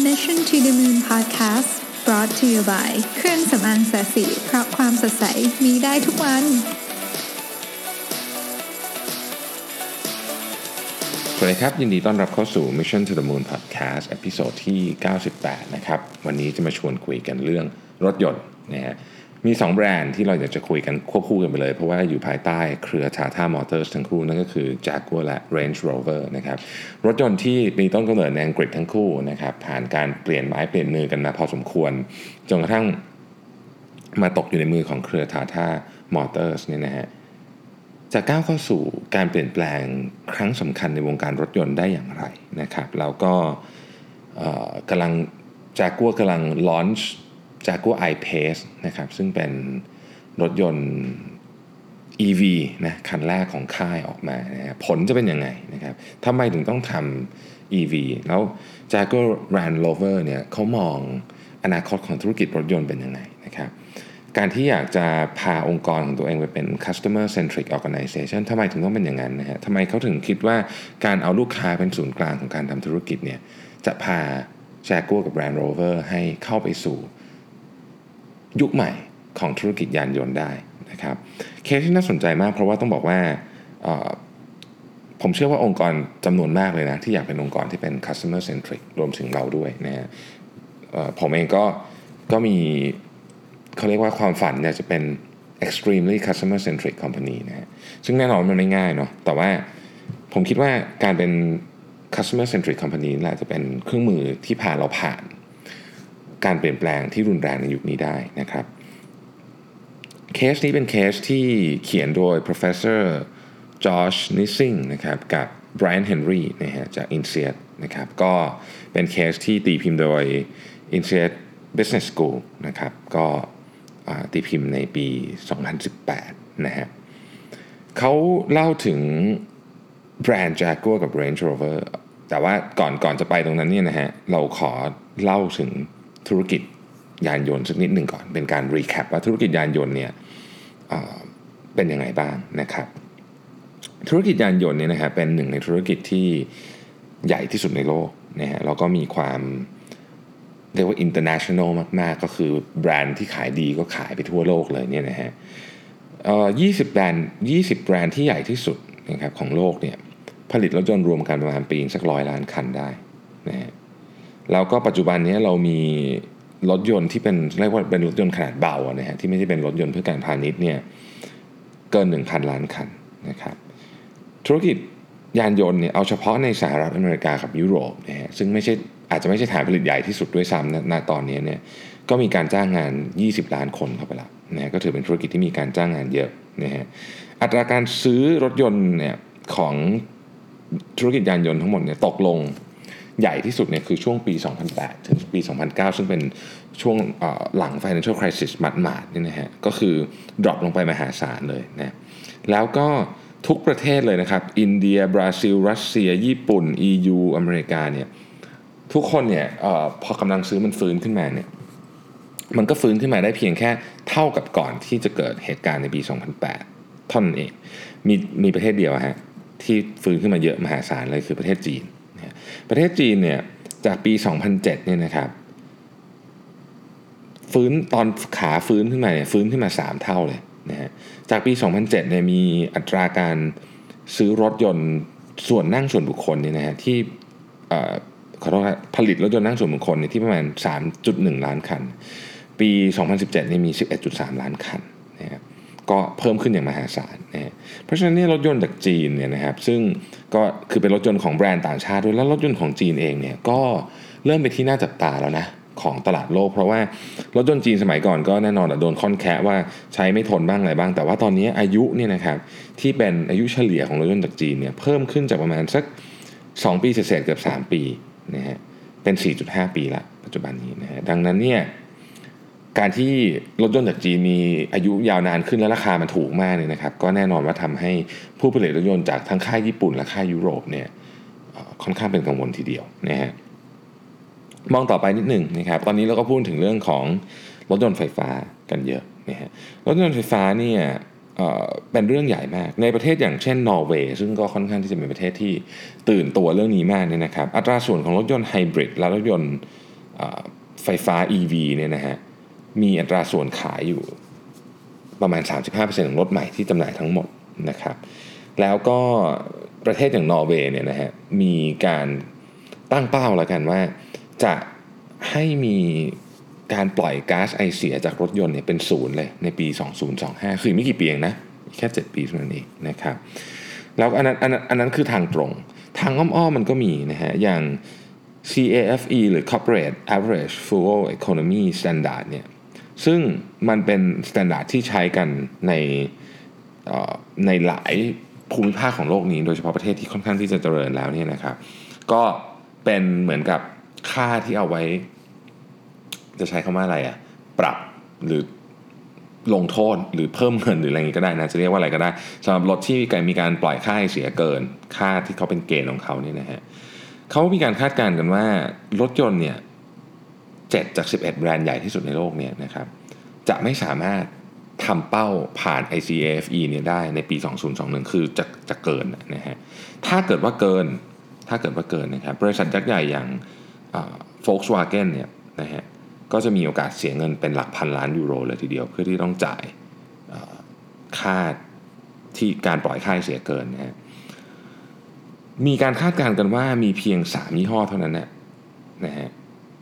Mission to the Moon Podcast brought to you by เครื่องสำอางแสสีเพราะความสดใสมีได้ทุกวันสวัสดีครับยินดีต้อนรับเข้าสู่ Mission to the Moon Podcast ตอนที่98นะครับวันนี้จะมาชวนคุยกันเรื่องรถยนต์นะฮะมี2แบรนด์ที่เราอยากจะคุยกันควบคู่กันไปเลยเพราะว่าอยู่ภายใต้เครือ Tata Motors ทั้งคู่นั่นก็คือ Jaguar และ Range Rover นะครับรถยนต์ที่มีต้นกำเนิดในอังกฤษทั้งคู่นะครับผ่านการเปลี่ยนไม้เปลี่ยนมือกันมาพอสมควรจนกระทั่งมาตกอยู่ในมือของเครือ Tata Motors เนี่ยนะฮะจะก้าวเข้าสู่การเปลี่ยนแปลงครั้งสำคัญในวงการรถยนต์ได้อย่างไรนะครับแล้วก็กำลัง Jaguar กำลัง launch Jaguar I-Pace นะครับซึ่งเป็นรถยนต์ EV นะคันแรกของค่ายออกมานะผลจะเป็นยังไงนะครับทำไมถึงต้องทำ EV แล้ว Jaguar Land Rover เนี่ยเขามองอนาคตของธุรกิจรถยนต์เป็นยังไงนะครับการที่อยากจะพาองค์กรของตัวเองไปเป็น customer centric organization ทำไมถึงต้องเป็นอย่างนั้นนะฮะทำไมเขาถึงคิดว่าการเอาลูกค้าเป็นศูนย์กลางของการทำธุรกิจเนี่ยจะพา Jaguar กับ Land Rover ให้เข้าไปสู่ยุคใหม่ของธุรกิจยานยนต์ได้นะครับเคสที่น่าสนใจมากเพราะว่าต้องบอกว่าผมเชื่อว่าองค์กรจำนวนมากเลยนะที่อยากเป็นองค์กรที่เป็น customer centric รวมถึงเราด้วยนะฮะผมเองก็มีเขาเรียกว่าความฝันอยากจะเป็น extremely customer centric company นะฮะซึ่งแน่นอนมันไม่ง่ายเนาะแต่ว่าผมคิดว่าการเป็น customer centric company แหละจะเป็นเครื่องมือที่พาเราผ่านการเปลี่ยนแปลงที่รุนแรงในยุคนี้ได้นะครับเคสนี้เป็นเคสที่เขียนโดย Professor Josh Nissing นะครับกับ Brian Henry นะฮะจาก INSEAD นะครับก็เป็นเคสที่ตีพิมพ์โดย INSEAD Business School นะครับก็ตีพิมพ์ในปี 2018 นะฮะเขาเล่าถึงแบรนด์ Jaguar กับ Range Rover แต่ว่าก่อนจะไปตรงนั้นเนี่ยนะฮะเราขอเล่าถึงธุรกิจยานยนต์สักนิดหนึ่งก่อนเป็นการรีแคปว่าธุรกิจยานยนต์เนี่ยเป็นยังไงบ้างนะครับธุรกิจยานยนต์เนี่ยนะฮะเป็นหนึ่งในธุรกิจที่ใหญ่ที่สุดในโลกนะฮะแล้วก็มีความเรียกว่า international มากๆก็คือแบรนด์ที่ขายดีก็ขายไปทั่วโลกเลยเนี่ยนะฮะ20 แบรนด์ที่ใหญ่ที่สุดนะครับของโลกเนี่ยผลิตรถยนต์รวมกันประมาณปีสัก100 ล้านคันได้นะฮะแล้วก็ปัจจุบันนี้เรามีรถยนต์ที่เป็นเรียกว่าเป็นรถยนต์ขนาดเบานะฮะที่ไม่ใช่เป็นรถยนต์เพื่อการพาณิชย์เนี่ยเกิน 1,000 ล้านคันนะครับธุรกิจยานยนต์เนี่ยเอาเฉพาะในสหรัฐอเมริกากับยุโรปนะฮะซึ่งอาจจะไม่ใช่ฐานผลิตใหญ่ที่สุดด้วยซ้ำณตอนนี้เนี่ยก็มีการจ้างงาน20 ล้านคนเข้าไปแล้วนะก็ถือเป็นธุรกิจที่มีการจ้างงานเยอะนะฮะอัตราการซื้อรถยนต์เนี่ยของธุรกิจยานยนต์ทั้งหมดเนี่ยตกลงใหญ่ที่สุดเนี่ยคือช่วงปี 2008 ถึงปี 2009 ซึ่งเป็นช่วงหลัง Financial Crisis หมาดๆนี่นะฮะก็คือดรอปลงไปมหาศาลเลยนะแล้วก็ทุกประเทศเลยนะครับอินเดียบราซิลรัสเซียญี่ปุ่น EU อเมริกาเนี่ยทุกคนเนี่ยพอกำลังซื้อมันฟื้นขึ้นมาเนี่ยมันก็ฟื้นขึ้นมาได้เพียงแค่เท่ากับก่อนที่จะเกิดเหตุการณ์ในปี 2008 เท่านั้นเองมีประเทศเดียวฮะที่ฟื้นขึ้นมาเยอะมหาศาลเลยคือประเทศจีนประเทศจีนเนี่ยจากปี 2007 เนี่ยนะครับฟื้นตอนขาฟื้นขึ้นมาเนี่ยฟื้นขึ้นมา3 เท่าเลยนะฮะจากปี 2007 เนี่ยมีอัตราการซื้อรถยนต์ส่วนนั่งส่วนบุคคลเนี่ยนะฮะที่ขอโทษครับผลิตรถยนต์นั่งส่วนบุคคลเนี่ยที่ประมาณ 3.1 ล้านคันปี 2017 เนี่ยมี 11.3 ล้านคันนะครับก็เพิ่มขึ้นอย่างมหาศาลนะเพราะฉะนั้นเนี่ยรถยนต์จากจีนเนี่ยนะครับซึ่งก็คือเป็นรถยนต์ของแบรนด์ต่างชาติด้วยแล้วรถยนต์ของจีนเองเนี่ยก็เริ่มเป็นที่น่าจับตาแล้วนะของตลาดโลกเพราะว่ารถยนต์จีนสมัยก่อนก็แน่นอนโดนค่อนแคะว่าใช้ไม่ทนบ้างอะไรบ้างแต่ว่าตอนนี้อายุเนี่ยนะครับที่เป็นอายุเฉลี่ยของรถยนต์จากจีนเนี่ยเพิ่มขึ้นจากประมาณสัก2 ปีเศษๆเกือบ3 ปีนะฮะเป็น 4.5 ปีละปัจจุบันนี้นะฮะดังนั้นเนี่ยการที่รถยนต์จากจีนมีอายุยาวนานขึ้นและราคามันถูกมากเนี่ยนะครับก็แน่นอนว่าทำให้ผู้ผลิตรถยนต์จากทั้งค่ายญี่ปุ่นและค่ายยุโรปเนี่ยค่อนข้างเป็นกังวลทีเดียวนะฮะมองต่อไปนิดหนึ่งนะครับตอนนี้เราก็พูดถึงเรื่องของรถยนต์ไฟฟ้ากันเยอะนะฮะรถยนต์ไฟฟ้าเนี่ยเป็นเรื่องใหญ่มากในประเทศอย่างเช่นนอร์เวย์ซึ่งก็ค่อนข้างที่จะเป็นประเทศที่ตื่นตัวเรื่องนี้มากเนี่ยนะครับอัตราส่วนของรถยนต์ไฮบริดและรถยนต์ไฟฟ้า EV เนี่ยนะฮะมีอัตราส่วนขายอยู่ประมาณ 35% ของรถใหม่ที่จำหน่ายทั้งหมดนะครับแล้วก็ประเทศอย่างนอร์เวย์เนี่ยนะฮะมีการตั้งเป้าแล้วกันว่าจะให้มีการปล่อยก๊าซไอเสียจากรถยนต์เนี่ยเป็นศูนย์เลยในปี 2025 คือไม่กี่ปีเองนะแค่7 ปีเท่านั้นเองนะครับแล้วอันนั้นคือทางตรงทางอ้อมๆมันก็มีนะฮะอย่าง CAFE หรือ Corporate Average Fuel Economy Standard เนี่ยซึ่งมันเป็น standard ที่ใช้กันในหลายภูมิภาคของโลกนี้โดยเฉพาะประเทศที่ค่อนข้างที่จะเจริญแล้วเนี่ยนะครับก็เป็นเหมือนกับค่าที่เอาไว้จะใช้คำว่าอะไรอ่ะปรับหรือลงโทษหรือเพิ่มเงินหรืออะไรอย่างนี้ก็ได้นะจะเรียกว่าอะไรก็ได้สำหรับรถที่มีการปล่อยค่าเสียเกินค่าที่เขาเป็นเกณฑ์ของเขาเนี่ยนะฮะเขามีการคาดการณ์กันว่ารถยนต์เนี่ย7 จาก 11 แบรนด์ใหญ่ที่สุดในโลกเนี่ยนะครับจะไม่สามารถทำเป้าผ่าน ICAFE เนี่ยได้ในปี 2021 คือจะเกินนะฮะถ้าเกิดว่าเกินนะครับบริษัทยักษ์ใหญ่อย่างVolkswagen เนี่ยนะฮะก็จะมีโอกาสเสียเงินเป็นหลักพันล้านยูโรเลยทีเดียวเพื่อที่ต้องจ่ายค่าที่การปล่อยค่าเสียเกินนะฮะมีการคาดการณ์กันว่ามีเพียง3ยี่ห้อเท่านั้นนะฮะ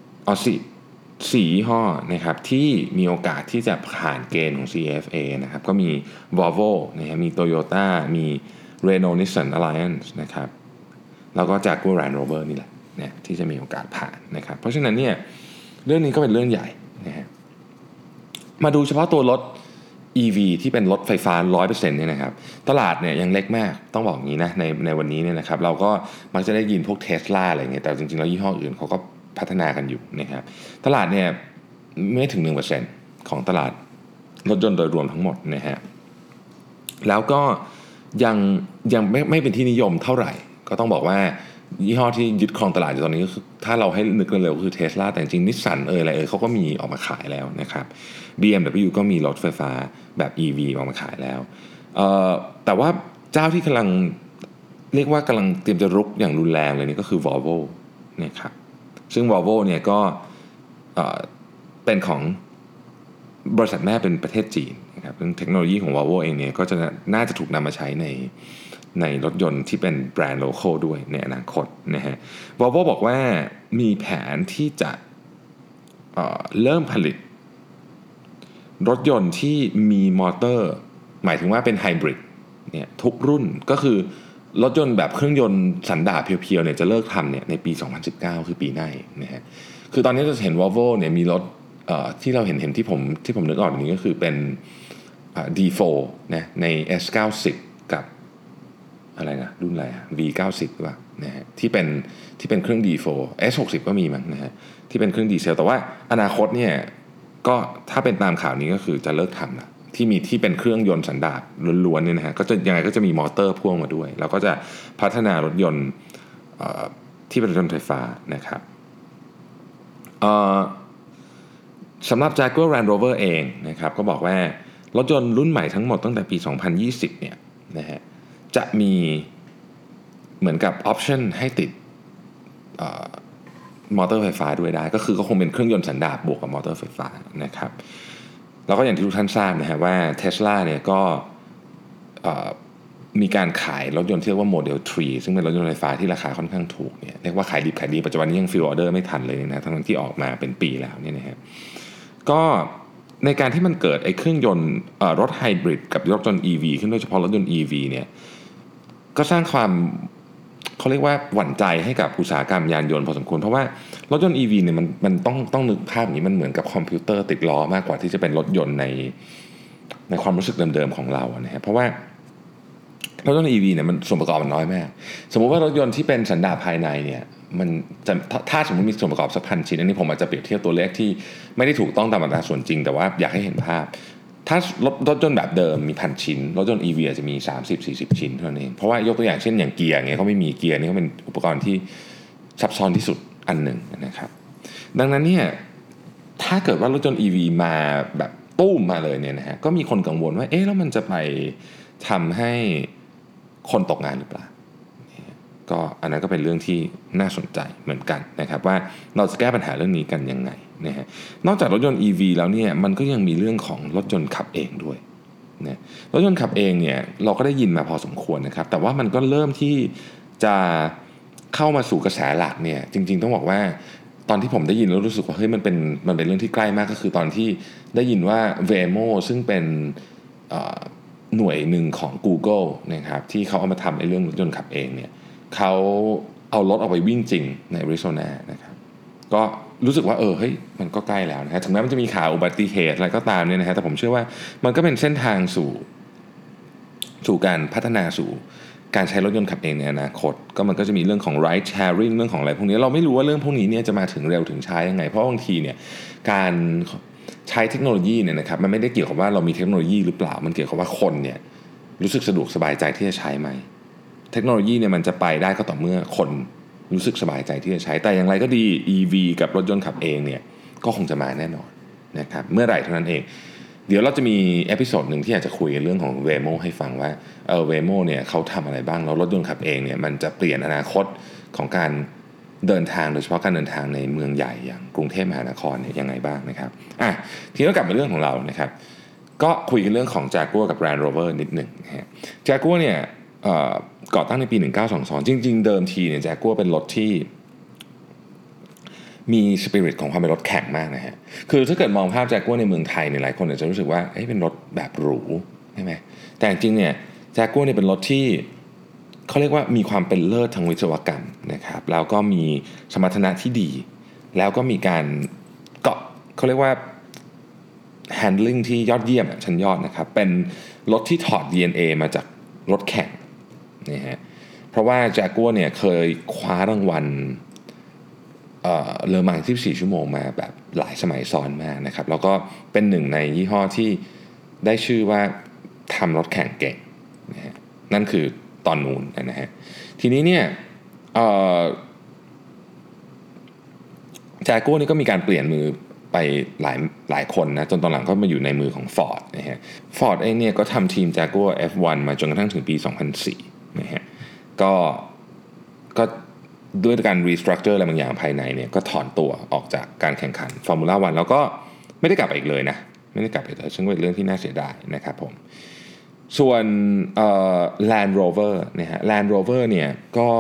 4ยี่ห้อนะครับที่มีโอกาสที่จะผ่านเกณฑ์ของ CFA นะครับก็มี Volvo นะฮะมี Toyota มี Renault Nissan Alliance นะครับแล้วก็ Jaguar Land Rover นี่แหละนะที่จะมีโอกาสผ่านนะครับเพราะฉะนั้นเนี่ยเรื่องนี้ก็เป็นเรื่องใหญ่นะฮะมาดูเฉพาะตัวรถ EV ที่เป็นรถไฟฟ้า 100% เนี่ยนะครับตลาดเนี่ยยังเล็กมากต้องบอกอย่างนี้นะในวันนี้เนี่ยนะครับเราก็มักจะได้ยินพวก Tesla อะไรเงี้ยแต่จริงๆแล้วยี่ห้ออื่นเขาก็พัฒนากันอยู่นะครับตลาดเนี่ยไม่ถึง 1% ของตลาดรถยนต์โดยรวมทั้งหมดนะฮะแล้วก็ยังไม่เป็นที่นิยมเท่าไหร่ก็ต้องบอกว่ายี่ห้อที่ยึดครองตลาดอยู่ตอนนี้ก็คือถ้าเราให้นึกเร็วๆก็คือ Tesla แต่จริงๆ Nissan อะไรเขาก็มีออกมาขายแล้วนะครับ BMW ก็มีรถไฟฟ้าแบบ EV ออกมาขายแล้วแต่ว่าเจ้าที่กำลังเรียกว่ากำลังเตรียมจะรุกอย่างรุนแรงเลยนี่ก็คือ Volvo นะครับซึ่ง Volvo เนี่ยก็เป็นของบริษัทแม่เป็นประเทศจีนนะครับซึ่งเทคโนโลยีของ Volvo เองเนี่ยก็จะน่าจะถูกนำมาใช้ในรถยนต์ที่เป็นแบรนด์โลคอลด้วยในอนาคตนะฮะ Volvo บอกว่ามีแผนที่จะเริ่มผลิตรถยนต์ที่มีมอเตอร์หมายถึงว่าเป็นไฮบริดเนี่ยทุกรุ่นก็คือรถยนต์แบบเครื่องยนต์สันดาปเพียวๆเนี่ยจะเลิกทำเนี่ยในปี 2019 คือปีหน้านะฮะคือตอนนี้เราจะเห็น Volvo เนี่ยมีรถที่เราเห็นที่ผมนึกออกอย่างนี้ก็คือเป็นD4 นะใน S90 กับอะไรนะรุ่นอะไรV90 ป่ะนะฮะที่เป็นเครื่อง D4 S60 ก็มีมั้งนะฮะที่เป็นเครื่องดีเซลแต่ว่าอนาคตเนี่ยก็ถ้าเป็นตามข่าวนี้ก็คือจะเลิกทำละที่เป็นเครื่องยนต์สันดาปล้วนๆเนี่ยนะฮะก็จะยังไงก็จะมีมอเตอร์พ่วงมาด้วยแล้วก็จะพัฒนารถยนต์ที่เป็นรถยนต์ไฟฟ้านะครับสำหรับ Jaguar Land Rover เองนะครับก็บอกว่ารถยนต์รุ่นใหม่ทั้งหมดตั้งแต่ปี 2020 เนี่ยนะฮะจะมีเหมือนกับออปชั่นให้ติดมอเตอร์ไฟฟ้าด้วยได้ก็คือก็คงเป็นเครื่องยนต์สันดาปบวกกับมอเตอร์ไฟฟ้านะครับแล้วก็อย่างที่ทุกท่านทราบนะฮะว่า Tesla เนี่ยก็มีการขายรถยนต์ที่เรียกว่า Model 3 ซึ่งเป็นรถยนต์ไฟฟ้าที่ราคาค่อนข้างถูกเนี่ยเรียกว่าขายดิบขายดีปัจจุบันนี้ยังฟิลออเดอร์ไม่ทันเลยนะทั้งที่ออกมาเป็นปีแล้วเนี่ยนะฮะก็ในการที่มันเกิดไอ้เครื่องยนต์รถไฮบริดกับรถยนต์ EV ขึ้นโดยเฉพาะรถยนต์ EV เนี่ยก็สร้างความเขาเรียกว่าหวั่นใจให้กับอุตสาหกรรมยานยนต์พอสมควรเพราะว่ารถยนต์ EV เนี่ยมันต้องนึกภาพอย่างนี้มันเหมือนกับคอมพิวเตอร์ติดล้อมากกว่าที่จะเป็นรถยนต์ในความรู้สึกเดิมๆของเรานะฮะเพราะว่ารถยนต์ EV เนี่ยมันส่วนประกอบมันน้อยมากสมมุติว่ารถยนต์ที่เป็นสันดาปภายในเนี่ยมันจะถ้าสมมุติมีส่วนประกอบสัก 1,000 ชิ้นอันนี้ผมอาจจะเปรียบเทียบตัวเลขที่ไม่ได้ถูกต้องตามอัตราส่วนจริงแต่ว่าอยากให้เห็นภาพถ้ารถยนต์แบบเดิมมี 1,000 ชิ้นรถยนต์ EV อาจจะมี 30-40 ชิ้นเท่านั้นเองเพราะว่ายกตัวอย่างเช่นอย่างเกียร์เงี้ยเขาไม่มีเกียร์นี่ก็เป็นอุปกรณ์ที่ซับซ้อนที่สุดอันหนึ่งนะครับดังนั้นเนี่ยถ้าเกิดว่ารถยนต์ EV มาแบบตู้มมาเลยเนี่ยนะฮะก็มีคนกังวลว่าแล้วมันจะไปทำให้คนตกงานหรือเปล่าก็อันนั้นก็เป็นเรื่องที่น่าสนใจเหมือนกันนะครับว่าเราจะแก้ปัญหาเรื่องนี้กันยังไงนะฮะนอกจากรถยนต์ EV แล้วเนี่ยมันก็ยังมีเรื่องของรถยนต์ขับเองด้วยนะรถยนต์ขับเองเนี่ยเราก็ได้ยินมาพอสมควรนะครับแต่ว่ามันก็เริ่มที่จะเข้ามาสู่กระแสหลักเนี่ยจริงๆต้องบอกว่าตอนที่ผมได้ยินแล้วรู้สึกว่าเฮ้ยมันเป็นเรื่องที่ใกล้มากก็คือตอนที่ได้ยินว่า Waymo ซึ่งเป็นหน่วยหนึ่งของ Google นะครับที่เขาเอามาทำในเรื่องรถยนต์ขับเองเนี่ยเขาเอารถออกไปวิ่งจริงในแอริโซนานะครับก็รู้สึกว่าเฮ้ยมันก็ใกล้แล้วนะฮะถึงแม้มันจะมีข่าวอุบัติเหตุอะไรก็ตามเนี่ยนะฮะแต่ผมเชื่อว่ามันก็เป็นเส้นทางสู่การพัฒนาสู่การใช้รถยนต์ขับเองในอนาคตก็มันก็จะมีเรื่องของ ride sharing เรื่องของอะไรพวกนี้เราไม่รู้ว่าเรื่องพวกนี้เนี่ยจะมาถึงเร็วถึงช้ายังไงเพราะบางทีเนี่ยการใช้เทคโนโลยีเนี่ยนะครับมันไม่ได้เกี่ยวกับว่าเรามีเทคโนโลยีหรือเปล่ามันเกี่ยวกับว่าคนเนี่ยรู้สึกสะดวกสบายใจที่จะใช้ไหมเทคโนโลยีเนี่ยมันจะไปได้ก็ต่อเมื่อคนรู้สึกสบายใจที่จะใช้แต่อย่างไรก็ดี EV กับรถยนต์ขับเองเนี่ยก็คงจะมาแน่นอนนะครับเมื่อไหร่เท่านั้นเองเดี๋ยวเราจะมีเอพิโซดหนึ่งที่อยากจะคุยเรื่องของ Waymo ให้ฟังว่าWaymo เนี่ยเขาทำอะไรบ้างแล้วรถยนต์ขับเองเนี่ยมันจะเปลี่ยนอนาคตของการเดินทางโดยเฉพาะการเดินทางในเมืองใหญ่อย่างกรุงเทพมหานครเนี่ยยังไงบ้างนะครับทีนี้ก็กลับมาเรื่องของเรานะครับก็คุยกันเรื่องของ Jaguar กับ Land Rover นิดหนึ่งนะฮะ Jaguar เนี่ยก่อตั้งในปี1922จริงๆเดิมทีเนี่ย Jaguar เป็นรถที่มีสปิริตของความเป็นรถแข่งมากนะฮะคือถ้าเกิดมองภาพ Jaguar ในเมืองไทยเนี่ยหลายคนอาจจะรู้สึกว่าเป็นรถแบบหรูใช่ไหมแต่จริงๆเนี่ย Jaguar เนี่ยเป็นรถที่เขาเรียกว่ามีความเป็นเลิศทางวิศวกรรมนะครับแล้วก็มีสมรรถนะที่ดีแล้วก็มีการเกาะเขาเรียกว่า handling ที่ยอดเยี่ยมชั้นยอดนะครับเป็นรถที่ถอด DNA มาจากรถแข่งนะฮะเพราะว่า Jaguar เนี่ยเคยคว้ารางวัลเลอมัง24ชั่วโมงมาแบบหลายสมัยซ้อนมากนะครับแล้วก็เป็นหนึ่งในยี่ห้อที่ได้ชื่อว่าทำรถแข่งเก่งนะฮะนั่นคือตอนนู้นนะฮะทีนี้เนี่ยJaguarนี่ก็มีการเปลี่ยนมือไปหลายคนนะจนตอนหลังก็มาอยู่ในมือของ Ford นะฮะ Ford เองเนี่ยก็ทำทีม Jaguar F1 มาจนกระทั่งถึงปี 2004นะฮะก็ด้วยการรีสตรัคเจอร์อะไรบางอย่างภายในเนี่ยก็ถอนตัวออกจากการแข่งขันฟอร์มูล่าวันแล้วก็ไม่ได้กลับไปอีกเลยนะไม่ได้กลับไปเลยซึ่งเป็นเรื่องที่น่าเสียดายนะครับผมส่วนLand Rover นะฮะ Land Rover เนี่ยก็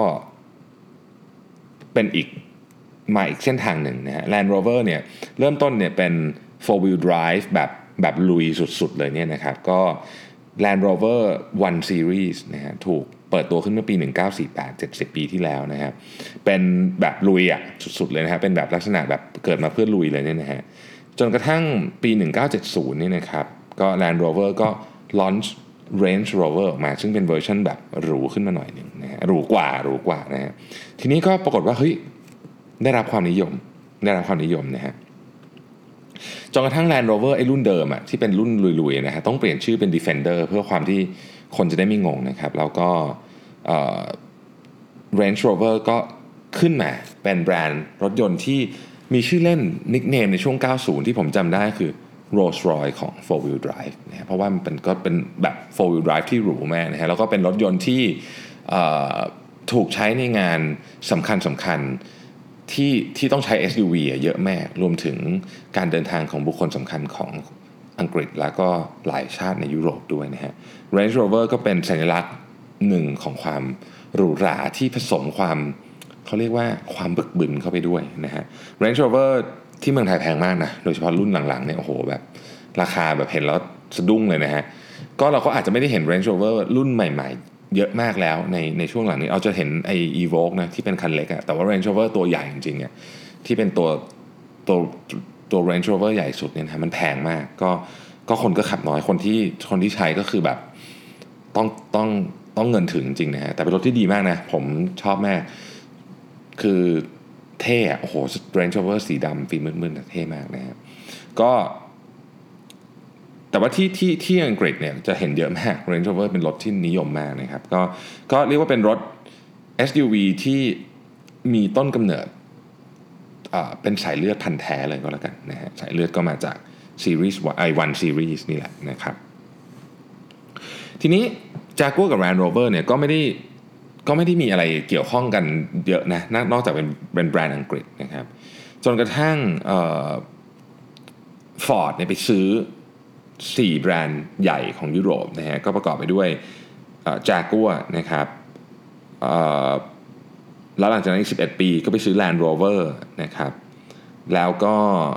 เป็นอีกเส้นทางหนึ่งนะฮะ Land Rover เนี่ยเริ่มต้นเนี่ยเป็น 4 wheel drive แบบลุยสุดๆเลยเนี่ยนะครับก็ Land Rover 1 Series นะฮะถูกเปิดตัวขึ้นเมื่อปี1948 70ปีที่แล้วนะครับเป็นแบบลุยสุดๆเลยนะฮะเป็นแบบลักษณะแบบเกิดมาเพื่อลุยเลยเนี่ยนะฮะจนกระทั่งปี1970นี่นะครับก็ Land Rover ก็ launch Range Rover ออกมาซึ่งเป็นเวอร์ชันแบบหรูขึ้นมาหน่อยนึงนะฮะหรูกว่านะฮะทีนี้ก็ปรากฏว่าเฮ้ยได้รับความนิยมนะฮะจนกระทั่ง Land Rover ไอ้รุ่นเดิมที่เป็นรุ่นลุยๆนะฮะต้องเปลี่ยนชื่อเป็น Defender เพื่อความที่คนจะได้ไม่งงนะครับแล้วก็Range Rover ก็ขึ้นมาเป็นแบรนด์รถยนต์ที่มีชื่อเล่นนิคเนมในช่วง90ที่ผมจำได้คือ Rolls-Royce ของ 4 wheel drive นะเพราะว่ามันก็เป็นแบบ 4 wheel drive ที่หรูมากนะฮะแล้วก็เป็นรถยนต์ที่ถูกใช้ในงานสำคัญที่ต้องใช้ SUV เยอะมากรวมถึงการเดินทางของบุคคลสำคัญของอังกฤษแล้วก็หลายชาติในยุโรปด้วยนะฮะ Range Rover ก็เป็นสัญลักษณ์หนึ่งของความหรูหราที่ผสมความเขาเรียกว่าความบึกบึนเข้าไปด้วยนะฮะ Range Rover ที่เมืองไทยแพงมากนะโดยเฉพาะรุ่นหลังๆเนี่ยโอ้โหแบบราคาแบบเห็นแล้วสะดุ้งเลยนะฮะก็เราก็อาจจะไม่ได้เห็น Range Rover รุ่นใหม่ๆเยอะมากแล้วในช่วงหลังนี้เราจะเห็นไอ้ Evoque นะที่เป็นคันเล็กแต่ว่า Range Rover ตัวใหญ่จริงๆที่เป็นตัว Range Rover ใหญ่สุดเนี่ยนะมันแพงมากก็คนก็ขับน้อยคนที่ใช้ก็คือแบบต้องเงินถึงจริงนะฮะแต่เป็นรถที่ดีมากนะผมชอบมากคือเท่โอ้โห Range Rover สีดำฟีมืดๆเท่มากนะฮะก็แต่ว่าที่อังกฤษเนี่ยจะเห็นเยอะมาก Range Rover เป็นรถที่นิยมมากนะครับก็เรียกว่าเป็นรถ SUV ที่มีต้นกำเนิดเป็นสายเลือดพันธุ์แท้เลยก็แล้วกันนะฮะสายเลือดก็มาจากซีรีส์1 Series นี่แหละนะครับทีนี้ Jaguar กับ Land Rover เนี่ยก็ไม่ได้ก็ไม่ได้มีอะไรเกี่ยวข้องกันเยอะนะนอกจากเป็นแบรนด์อังกฤษนะครับจนกระทั่งFord เนี่ยไปซื้อ4แบรนด์ใหญ่ของยุโรปนะฮะก็ประกอบไปด้วยJaguar นะครับแล้วหลังจากนั้นอีก11 ปีก็ไปซื้อ Land Rover นะครับแล้วก็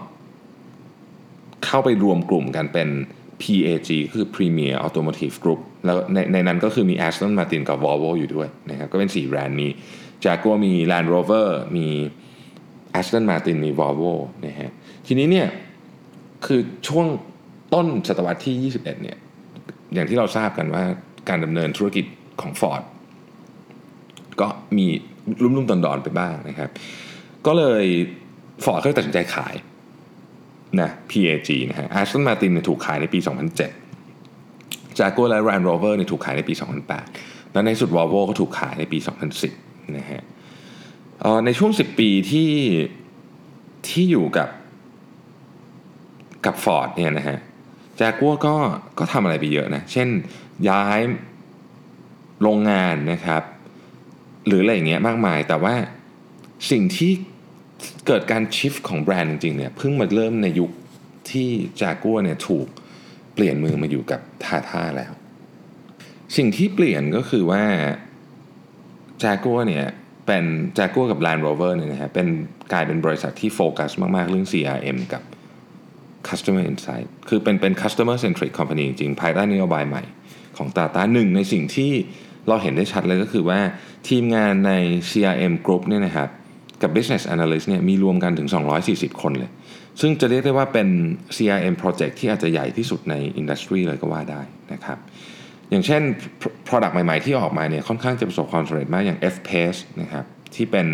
เข้าไปรวมกลุ่มกันเป็น PAG คือ Premier Automotive Group แล้วในนั้นก็คือมี Aston Martin กับ Volvo อยู่ด้วยนะครับก็เป็น4แบรนด์มี Jaguar มี Land Rover มี Aston Martin มี Volvo นะฮะทีนี้เนี่ยคือช่วงต้นศตวรรษที่21เนี่ยอย่างที่เราทราบกันว่าการดำเนินธุรกิจของ Ford ก็มีลุ่มๆดอนๆไปบ้างนะครับก็เลย Ford ก็ตัดสินใจขายนะ PAG นะฮะ Aston Martin เนี่ยถูกขายในปี 2007 Jaguar และ Land Rover เนี่ยถูกขายในปี 2008 แล้วในสุด Volvo ก็ถูกขายในปี 2010 นะฮะในช่วง10 ปีที่อยู่กับ Ford เนี่ยนะฮะ Jaguar ก็ทำอะไรไปเยอะนะเช่นย้ายโรงงานนะครับหรืออะไรอย่างเงี้ยมากมายแต่ว่าสิ่งที่เกิดการชิฟต์ของแบรนด์จริงๆเนี่ยเพิ่งมาเริ่มในยุคที่ Jaguar เนี่ยถูกเปลี่ยนมือมาอยู่กับ Tata แล้วสิ่งที่เปลี่ยนก็คือว่า Jaguar เนี่ยเป็น Jaguar กับ Land Rover เนี่ยนะฮะกลายเป็นบริษัทที่โฟกัสมากๆเรื่อง CRM กับ Customer Insight คือเป็น Customer Centric Company จริงๆภายใต้นโยบายใหม่ของ Tata หนึ่งในสิ่งที่เราเห็นได้ชัดเลยก็คือว่าทีมงานใน CRM Group เนี่ยนะครับกับ Business Analyst เนี่ยมีรวมกันถึง240 คนเลยซึ่งจะเรียกได้ว่าเป็น CRM Project ที่อาจจะใหญ่ที่สุดในอินดัสทรีเลยก็ว่าได้นะครับอย่างเช่น Product ใหม่ๆที่ออกมาเนี่ยค่อนข้างจะประสบความสำเร็จมากอย่าง F-Pace นะครับที่เป็น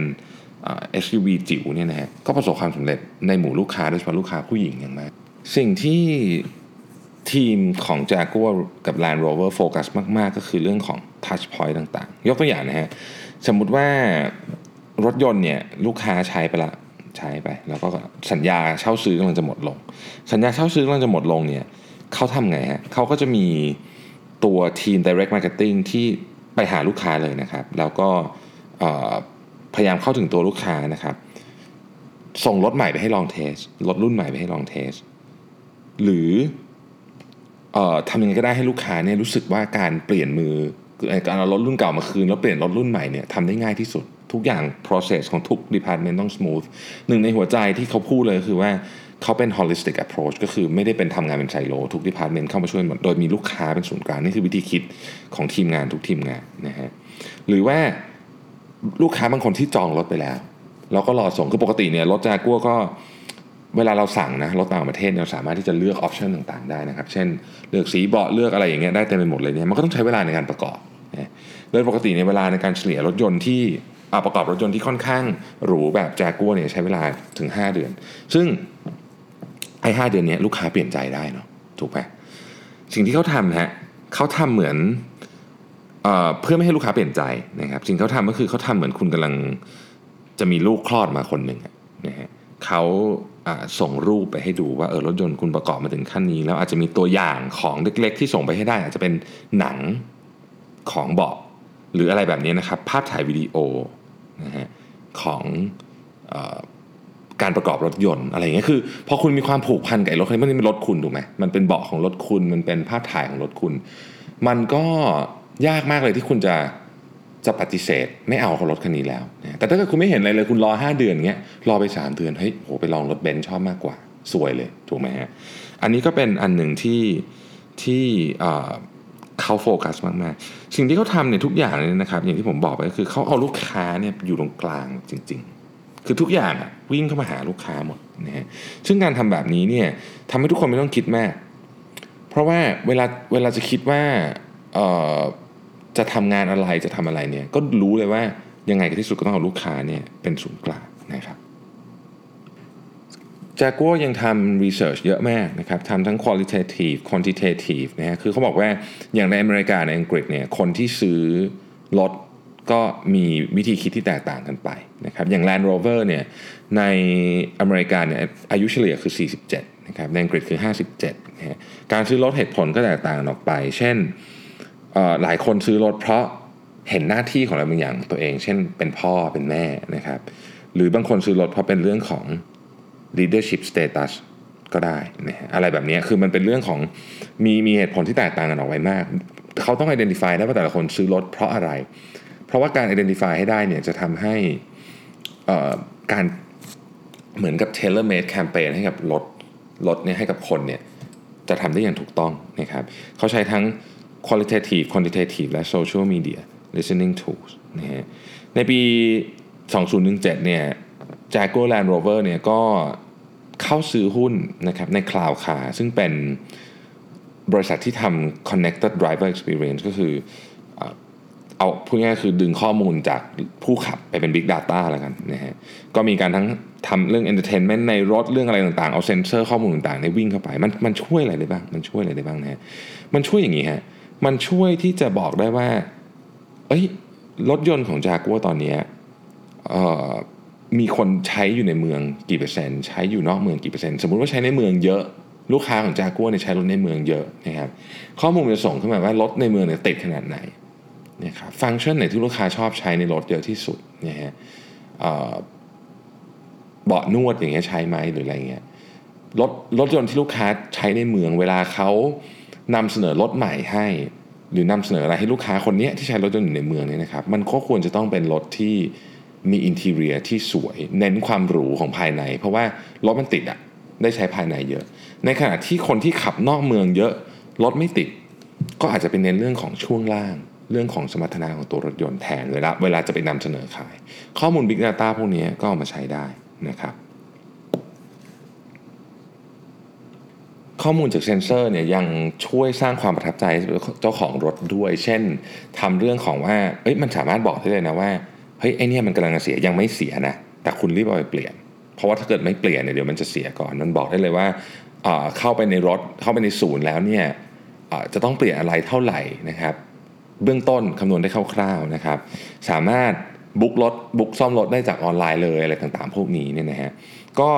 SUV จิ๋วเนี่ยนะฮะก็ประสบความสำเร็จในหมู่ลูกค้าโดยเฉพาะลูกค้าผู้หญิงอย่างมากสิ่งที่ทีมของ Jaguar กับ Land Rover โฟกัสมากๆก็คือเรื่องของ Touch Point ต่างๆยกตัวอย่างนะฮะสมมุติว่ารถยนต์เนี่ยลูกค้าใช้ไปแล้วก็สัญญาเช่าซื้อกำลังจะหมดลงสัญญาเช่าซื้อกำลังจะหมดลงเนี่ยเขาทำไงฮะเขาก็จะมีตัวทีม Direct Marketing ที่ไปหาลูกค้าเลยนะครับแล้วก็พยายามเข้าถึงตัวลูกค้านะครับส่งรถใหม่ไปให้ลองเทสรถรุ่นใหม่ไปให้ลองเทสหรือทำยังไงก็ได้ให้ลูกค้าเนี่ยรู้สึกว่าการเปลี่ยนมือการเอารถรุ่นเก่ามาคืนแล้วเปลี่ยนรถรุ่นใหม่เนี่ยทำได้ง่ายที่สุดทุกอย่าง process ของทุก department ต้อง smooth หนึ่งในหัวใจที่เขาพูดเลยคือว่าเขาเป็น holistic approach ก็คือไม่ได้เป็นทำงานเป็นไซโลทุก department เข้ามาช่วยหมดโดยมีลูกค้าเป็นศูนย์กลางนี่คือวิธีคิดของทีมงานทุกทีมงานนะฮะหรือว่าลูกค้าบางคนที่จองรถไปแล้วก็รอส่งคือปกติเนี่ยรถจากัวก็เวลาเราสั่งนะรถต่างประเทศเราสามารถที่จะเลือกออปชันต่างๆได้นะครับเช่นเลือกสีเบาะเลือกอะไรอย่างเงี้ยได้เต็มไปหมดเลยเนี่ยมันก็ต้องใช้เวลาในการประกอบนะโดยปกติในเวลาในการเฉลี่ยรถยนต์ที่ประกอบรถยนต์ที่ค่อนข้างหรูแบบจากัวเนี่ยใช้เวลาถึง5 เดือนซึ่งไอ้5 เดือนนี้ลูกค้าเปลี่ยนใจได้เนาะถูกไหมสิ่งที่เขาทำฮะเขาทำเหมือนเพื่อไม่ให้ลูกค้าเปลี่ยนใจนะครับสิ่งเขาทำก็คือเขาทำเหมือนคุณกำลังจะมีลูกคลอดมาคนหนึ่งนะฮะเขาส่งรูปไปให้ดูว่ารถยนต์คุณประกอบมาถึงขั้นนี้แล้วอาจจะมีตัวอย่างของเล็กๆที่ส่งไปให้ได้อาจจะเป็นหนังของเบาะหรืออะไรแบบนี้นะครับภาพถ่ายวิดีโอนะฮะของการประกอบรถยนต์อะไรอย่างเงี้ยคือพอคุณมีความผูกพันกับรถคันนี้มันเป็นรถคุณถูกไหมมันเป็นเบาะของรถคุณมันเป็นภาพถ่ายของรถคุณมันก็ยากมากเลยที่คุณจะปฏิเสธไม่เอารถคันนี้แล้วแต่ถ้าเกิดคุณไม่เห็นอะไรเลยคุณรอ5 เดือนเงี้ยรอไป3 เดือนเฮ้ยโหไปลองรถเบนซ์ชอบมากกว่าสวยเลยถูกไหมฮะอันนี้ก็เป็นอันหนึ่งที่เขาโฟกัสมากๆสิ่งที่เขาทำเนี่ยทุกอย่างเนี่ยนะครับอย่างที่ผมบอกไปก็คือเขาเอาลูกค้าเนี่ยอยู่ตรงกลางจริงๆคือทุกอย่างวิ่งเข้ามาหาลูกค้าหมดนะฮะซึ่งการทำแบบนี้เนี่ยทำให้ทุกคนไม่ต้องคิดมากเพราะว่าเวลาจะคิดว่าจะทำงานอะไรจะทำอะไรเนี่ยก็รู้เลยว่ายังไงก็ที่สุดก็ต้องเอาลูกค้าเนี่ยเป็นศูนย์กลางนะครับJaguar ยังทำ research เยอะมากนะครับทำทั้ง qualitative quantitative นะฮะคือเขาบอกว่าอย่างในอเมริกาในอังกฤษเนี่ยคนที่ซื้อรถก็มีวิธีคิดที่แตกต่างกันไปนะครับอย่าง Land Rover เนี่ยในอเมริกาเนี่ยอายุเฉลี่ยคือ47นะครับในอังกฤษคือ57นะฮะการซื้อรถเหตุผลก็แตกต่างออกไปเช่นหลายคนซื้อรถเพราะเห็นหน้าที่ของอะไรบางอย่างตัวเองเช่นเป็นพ่อเป็นแม่นะครับหรือบางคนซื้อรถเพราะเป็นเรื่องของ leadership status ก็ได้นะฮะอะไรแบบนี้คือมันเป็นเรื่องของมีเหตุผลที่แตกต่างกันออกไปมากเขาต้อง identify ได้ว่าแต่ละคนซื้อรถเพราะอะไรเพราะว่าการ identify ให้ได้เนี่ยจะทำให้การเหมือนกับ tailor made campaign ให้กับรถเนี่ยให้กับคนเนี่ยจะทำได้อย่างถูกต้องนะครับเขาใช้ทั้ง qualitative quantitative และ social media listening tools นะฮะในปี 2017 เนี่ย Jaguar Land Rover เนี่ยก็เข้าซื้อหุ้นนะครับใน Cloud Car ซึ่งเป็นบริษัทที่ทำ connected driver experience ก็คือเอาพูดง่ายๆคือดึงข้อมูลจากผู้ขับไปเป็น Big Data แล้วกันนะฮะก็มีการทั้งทำเรื่อง entertainment ในรถเรื่องอะไรต่างๆเอาเซ็นเซอร์ข้อมูลต่างๆเนี่ยวิ่งเข้าไปมันช่วยอะไรได้บ้างมันช่วยอะไรได้บ้างนะฮะมันช่วยอย่างนี้ฮะมันช่วยที่จะบอกได้ว่ารถยนต์ของ Jaguar ตอนนี้มีคนใช้อยู่ในเมืองกี่เปอร์เซ็นต์ใช้อยู่นอกเมืองกี่เปอร์เซ็นต์สมมุติว่าใช้ในเมืองเยอะลูกค้าของ Jaguar เนี่ยใช้รถในเมืองเยอะนะครับข้อมูลจะส่งขึ้นมาว่ารถในเมืองเนี่ยติดขนาดไหนนะครับฟังก์ชันไหนที่ลูกค้าชอบใช้ในรถเยอะที่สุดนะฮะเบาะนวดอย่างเงี้ยใช้ไหมหรืออะไรเงี้ยรถยนต์ที่ลูกค้าใช้ในเมืองเวลาเขานำเสนอรถใหม่ให้หรือนำเสนออะไรให้ลูกค้าคนนี้ที่ใช้รถยนต์อยู่ในเมืองเนี่ยนะครับมันก็ควรจะต้องเป็นรถที่มีอินทีเรียที่สวยเน้นความหรูของภายในเพราะว่ารถมันติดอะได้ใช้ภายในเยอะในขณะที่คนที่ขับนอกเมืองเยอะรถไม่ติดก็อาจจะเป็นเน้นเรื่องของช่วงล่างเรื่องของสมรรถนะของตัวรถยนต์แทนเวลาจะไปนำเสนอขายข้อมูล Big Data พวกนี้ก็เอามาใช้ได้นะครับข้อมูลจากเซ็นเซอร์เนี่ยยังช่วยสร้างความประทับใจเจ้าของรถด้วยเช่นทำเรื่องของว่ามันสามารถบอกได้เลยนะว่าไอ้นี่มันกำลังจะเสียยังไม่เสียนะแต่คุณรีบเอาไปเปลี่ยนเพราะว่าถ้าเกิดไม่เปลี่ยนเนี่ยเดี๋ยวมันจะเสียก่อนมันบอกได้เลยว่าเข้าไปในรถเข้าไปในศูนย์แล้วเนี่ยจะต้องเปลี่ยนอะไรเท่าไหร่นะครับเบื้องต้นคำนวณได้คร่าวๆนะครับสามารถบุ๊กซ่อมรถได้จากออนไลน์เลยอะไรต่างๆพวกนี้เนี่ยนะฮะก็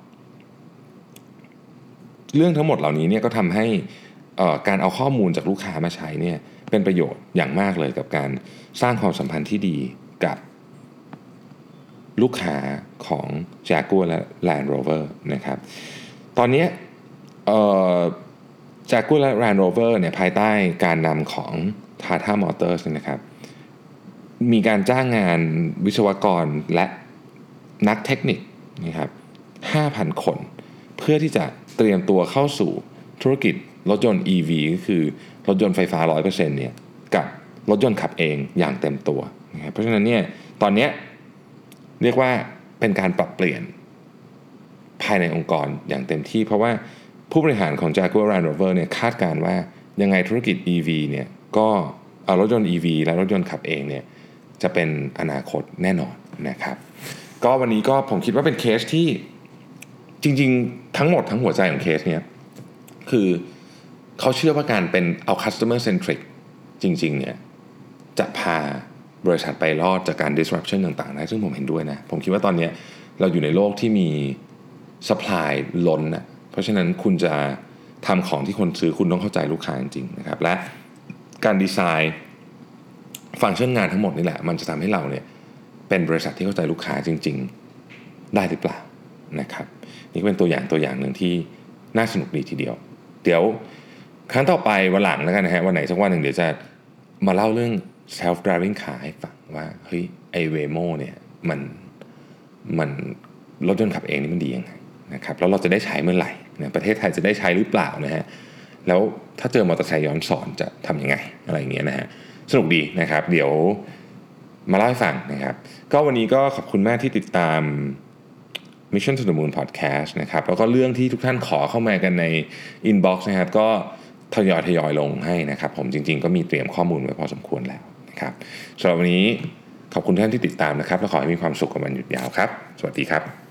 เรื่องทั้งหมดเหล่านี้เนี่ยก็ทำให้การเอาข้อมูลจากลูกค้ามาใช้เนี่ยเป็นประโยชน์อย่างมากเลยกับการสร้างความสัมพันธ์ที่ดีกับลูกค้าของ Jaguar และ Land Rover นะครับตอนนี้Jaguar และ Land Rover เนี่ยภายใต้การนำของ Tata Motors นะครับมีการจ้างงานวิศวกรและนักเทคนิคนะครับ 5,000 คนเพื่อที่จะเตรียมตัวเข้าสู่ธุรกิจรถยนต์ EV ก็คือรถยนต์ไฟฟ้า 100% เนี่ยกับรถยนต์ขับเองอย่างเต็มตัวนะครับเพราะฉะนั้นเนี่ยตอนนี้เรียกว่าเป็นการปรับเปลี่ยนภายในองค์กรอย่างเต็มที่เพราะว่าผู้บริหารของ Jaguar Land Rover เนี่ยคาดการณ์ว่ายังไงธุรกิจ EV เนี่ยก็รถยนต์ EV และรถยนต์ขับเองเนี่ยจะเป็นอนาคตแน่นอนนะครับก็วันนี้ก็ผมคิดว่าเป็นเคสที่จริงๆทั้งหมดทั้งหัวใจของเคสเนี่ยคือเขาเชื่อว่าการเป็นเอา customer centric จริงๆเนี่ยจะพาบริษัทไปรอดจากการ disruption ต่างๆได้ซึ่งผมเห็นด้วยนะผมคิดว่าตอนนี้เราอยู่ในโลกที่มี supply ล้นนะเพราะฉะนั้นคุณจะทำของที่คนซื้อคุณต้องเข้าใจลูกค้าจริงๆนะครับและการดีไซน์ฟังก์ชันงานทั้งหมดนี่แหละมันจะทำให้เราเนี่ยเป็นบริษัทที่เข้าใจลูกค้าจริงๆได้หรือเปล่านะครับนี่ก็เป็นตัวอย่างหนึ่งที่น่าสนุกดีทีเดียวเดี๋ยวครั้งต่อไปวันหลังแล้วกันนะฮะวันไหนสักวันหนึ่งเดี๋ยวจะมาเล่าเรื่อง self driving car ให้ฟังว่าเฮ้ยไอ้ Waymo เนี่ยมันรถยนต์ขับเองนี่มันดียังไงนะครับแล้วเราจะได้ใช้เมื่อไหร่นะประเทศไทยจะได้ใช้หรือเปล่านะฮะแล้วถ้าเจอมอเตอร์ไซค์ย้อนสอนจะทำยังไงอะไรอย่างเงี้ยนะฮะสนุกดีนะครับเดี๋ยวมาเล่าให้ฟังนะครับก็วันนี้ก็ขอบคุณมากที่ติดตาม Mission to the Moon Podcast นะครับแล้วก็เรื่องที่ทุกท่านขอเข้ามากันใน inbox นะครับก็ทยอยลงให้นะครับผมจริงๆก็มีเตรียมข้อมูลไว้พอสมควรแล้วนะครับสำหรับวันนี้ขอบคุณท่านที่ติดตามนะครับและขอให้มีความสุขกับวันหยุดยาวครับสวัสดีครับ